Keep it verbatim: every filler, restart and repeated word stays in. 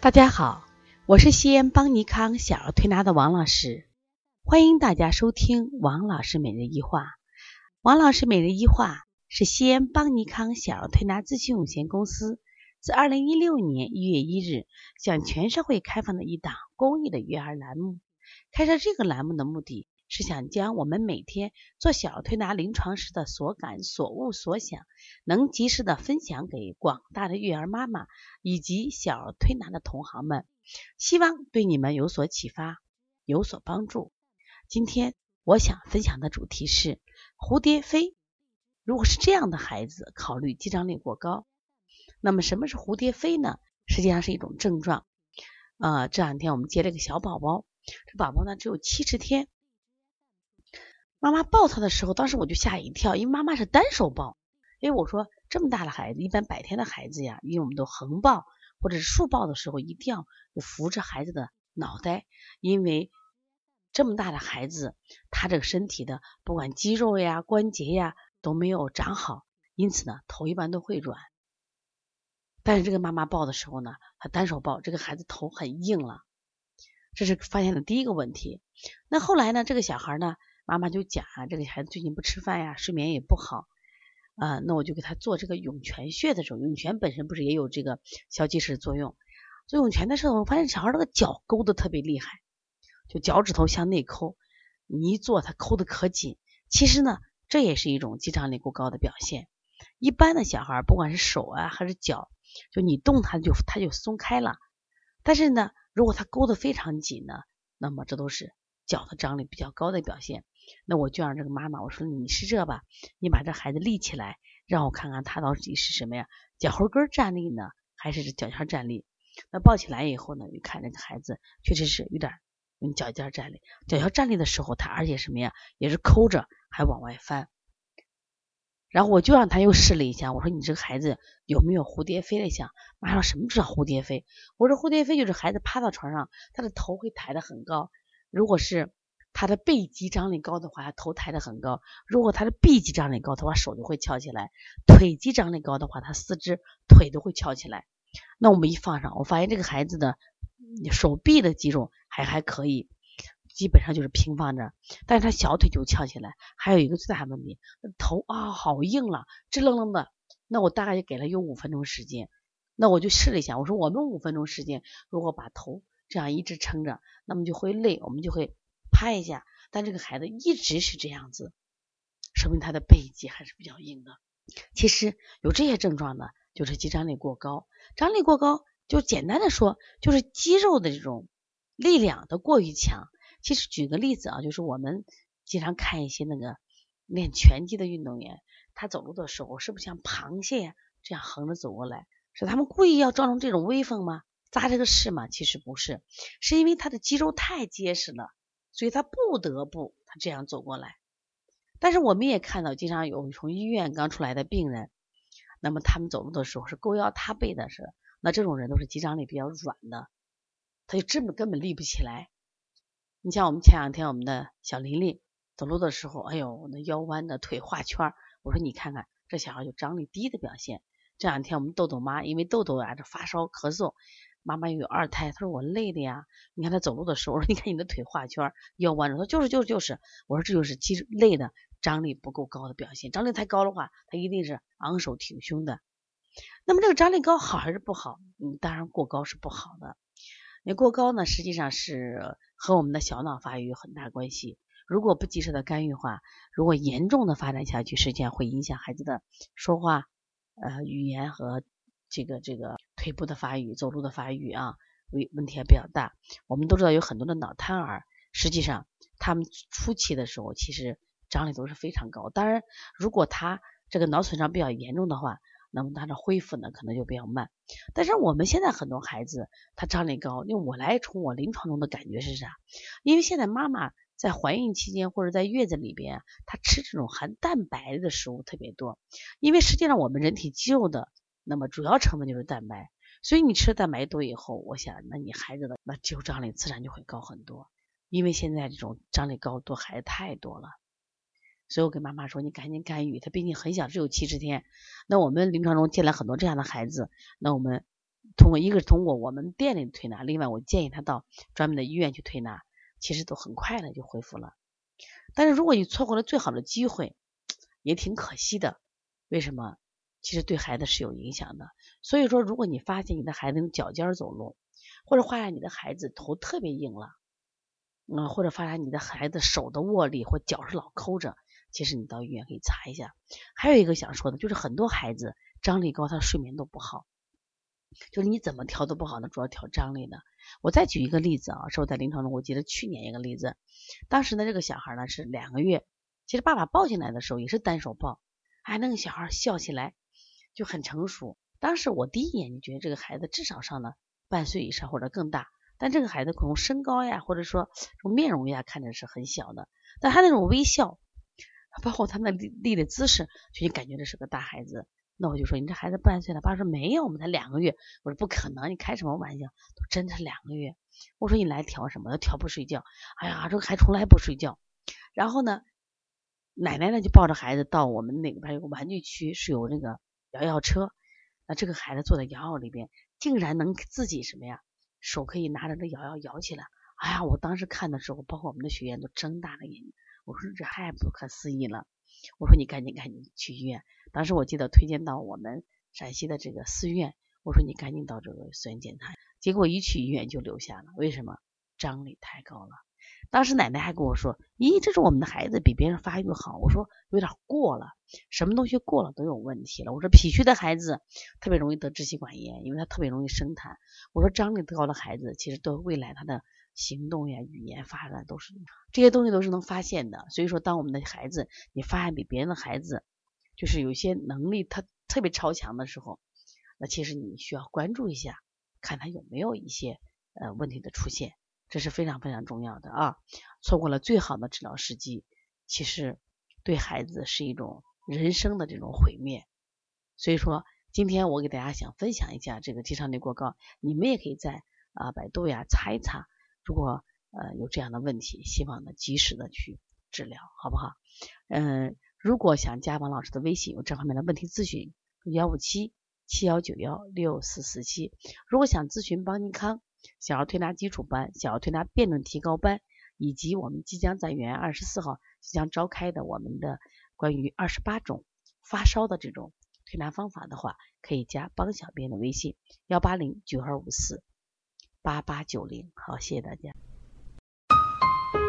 大家好，我是西安邦尼康小儿推拿的王老师，欢迎大家收听王老师每日一话。王老师每日一话是西安邦尼康小儿推拿咨询有限公司自二零一六年一月一日向全社会开放的一档公益的育儿栏目。开设这个栏目的目的是想将我们每天做小儿推拿临床时的所感所悟所想能及时的分享给广大的育儿妈妈以及小儿推拿的同行们，希望对你们有所启发，有所帮助。今天我想分享的主题是蝴蝶飞。如果是这样的孩子，考虑肌张力过高。那么什么是蝴蝶飞呢？实际上是一种症状。呃，这两天我们接了一个小宝宝，这宝宝呢只有七十天。妈妈抱他的时候，当时我就吓一跳，因为妈妈是单手抱。因为我说这么大的孩子，一般百天的孩子呀，因为我们都横抱或者是竖抱的时候，一定要扶着孩子的脑袋，因为这么大的孩子，他这个身体的不管肌肉呀、关节呀都没有长好，因此呢，头一般都会软。但是这个妈妈抱的时候呢，她单手抱，这个孩子头很硬了，这是发现的第一个问题。那后来呢，这个小孩呢，妈妈就讲啊，这个孩子最近不吃饭呀，睡眠也不好，呃，那我就给他做这个涌泉穴的时候，涌泉本身不是也有这个消积食作用，做涌泉的时候，我发现小孩这个脚勾的特别厉害，就脚趾头向内抠，你一做他抠的可紧。其实呢，这也是一种肌张力过高的表现。一般的小孩不管是手啊还是脚，就你动他就他就松开了，但是呢，如果他勾得非常紧呢，那么这都是脚的张力比较高的表现。那我就让这个妈妈，我说你是这吧，你把这孩子立起来，让我看看他到底是什么呀，脚后跟站立呢，还是脚尖站立。那抱起来以后呢，就看这个孩子确实是有点用脚尖站立，脚尖站立的时候，他而且什么呀，也是抠着还往外翻。然后我就让他又试了一下，我说你这个孩子有没有蝴蝶飞的像？妈说什么叫蝴蝶飞？我说蝴蝶飞就是孩子趴到床上，他的头会抬得很高，如果是他的背肌张力高的话，他头抬得很高；如果他的臂肌张力高的话，手就会翘起来；腿肌张力高的话，他四肢腿都会翘起来。那我们一放上，我发现这个孩子的手臂的肌肉还还可以，基本上就是平放着，但是他小腿就翘起来。还有一个最大的问题，头啊好硬了，直愣愣的。那我大概就给了有五分钟时间，那我就试了一下，我说我们五分钟时间，如果把头这样一直撑着，那么就会累，我们就会拍一下。但这个孩子一直是这样子，说明他的背肌还是比较硬的。其实有这些症状呢，就是肌张力过高。张力过高就简单的说，就是肌肉的这种力量的过于强。其实举个例子啊，就是我们经常看一些那个练拳击的运动员，他走路的时候是不是像螃蟹呀这样横着走过来？是他们故意要造成这种威风吗？扎这个势吗？其实不是，是因为他的肌肉太结实了，所以他不得不他这样走过来。但是我们也看到经常有从医院刚出来的病人，那么他们走路的时候是勾腰塌背的，是那这种人都是肌张力比较软的，他就根本根本立不起来。你像我们前两天我们的小琳琳走路的时候，哎呦，那腰弯的腿画圈，我说你看看这小孩有张力低的表现。这两天我们豆豆妈因为豆豆啊这发烧咳嗽，妈妈又有二胎，她说我累的呀，你看她走路的时候，我说你看你的腿画圈腰弯着，她说就是就是就是我说这就是肌累的张力不够高的表现，张力太高的话她一定是昂首挺胸的。那么这个张力高好还是不好？嗯，当然过高是不好的。你过高呢，实际上是和我们的小脑发育有很大关系。如果不及时的干预的话，如果严重的发展下去，实际上会影响孩子的说话、呃语言和这个这个腿部的发育、走路的发育啊，问题还比较大。我们都知道有很多的脑瘫儿，实际上他们初期的时候其实张力都是非常高。当然，如果他这个脑损伤比较严重的话，那么他的恢复呢可能就比较慢。但是我们现在很多孩子他张力高，因为我来从我临床中的感觉是啥？因为现在妈妈在怀孕期间或者在月子里边，她吃这种含蛋白的食物特别多。因为实际上我们人体肌肉的那么主要成分就是蛋白，所以你吃蛋白多以后，我想那你孩子的那肌肉张力自然就会高很多。因为现在这种张力高多孩子太多了。所以我跟妈妈说你赶紧干预，他毕竟很小，只有七十天。那我们临床中见了很多这样的孩子，那我们通过一个是通过我们店里推拿，另外我建议他到专门的医院去推拿，其实都很快的就恢复了。但是如果你错过了最好的机会，也挺可惜的。为什么？其实对孩子是有影响的。所以说，如果你发现你的孩子用脚尖走路，或者发现你的孩子头特别硬了，嗯，或者发现你的孩子手的握力或脚是老抠着，其实你到医院可以查一下。还有一个想说的，就是很多孩子张力高，他睡眠都不好，就是你怎么调都不好呢，主要调张力的。我再举一个例子啊，是我在临床中，我记得去年一个例子，当时呢这个小孩呢是两个月，其实爸爸抱进来的时候也是单手抱，哎，那个小孩笑起来就很成熟。当时我第一眼就觉得这个孩子至少上了半岁以上或者更大，但这个孩子可能身高呀，或者说面容呀，看着是很小的，但他那种微笑，包括他那立立的姿势，就你感觉这是个大孩子。那我就说你这孩子半岁了，爸说没有，我们才两个月。我说不可能，你开什么玩笑，都真的是两个月。我说你来调什么？他调不睡觉。哎呀，这个孩子从来不睡觉。然后呢，奶奶呢就抱着孩子到我们那边有个玩具区，是有那个摇摇车。那这个孩子坐在摇摇里边，竟然能自己什么呀，手可以拿着这摇摇摇起来。哎呀，我当时看的时候，包括我们的学员都睁大了眼睛。我说这太不可思议了。我说你赶紧赶紧去医院。当时我记得推荐到我们陕西的这个四院，我说你赶紧到这个四院检查。结果一去医院就留下了，为什么？张力太高了。当时奶奶还跟我说，咦，这是我们的孩子比别人发育好。我说有点过了，什么东西过了都有问题了。我说脾虚的孩子特别容易得支气管炎，因为他特别容易生痰。我说张力高的孩子其实对未来他的行动呀、语言发展都是这些东西都是能发现的。所以说当我们的孩子你发现比别人的孩子就是有些能力他特别超强的时候，那其实你需要关注一下，看他有没有一些呃问题的出现，这是非常非常重要的啊。错过了最好的治疗时机，其实对孩子是一种人生的这种毁灭。所以说今天我给大家想分享一下这个肌少力过高，你们也可以在啊、呃、百度呀查一查，如果呃有这样的问题，希望呢及时的去治疗，好不好？嗯、呃，如果想加王老师的微信，有这方面的问题咨询，幺五七七幺九幺六四四七。如果想咨询邦尼康小儿推拿基础班、小儿推拿辩证提高班，以及我们即将在元月二十四号即将召开的我们的关于二十八种发烧的这种推拿方法的话，可以加邦小编的微信幺八零九二五四八八九零。好，谢谢大家。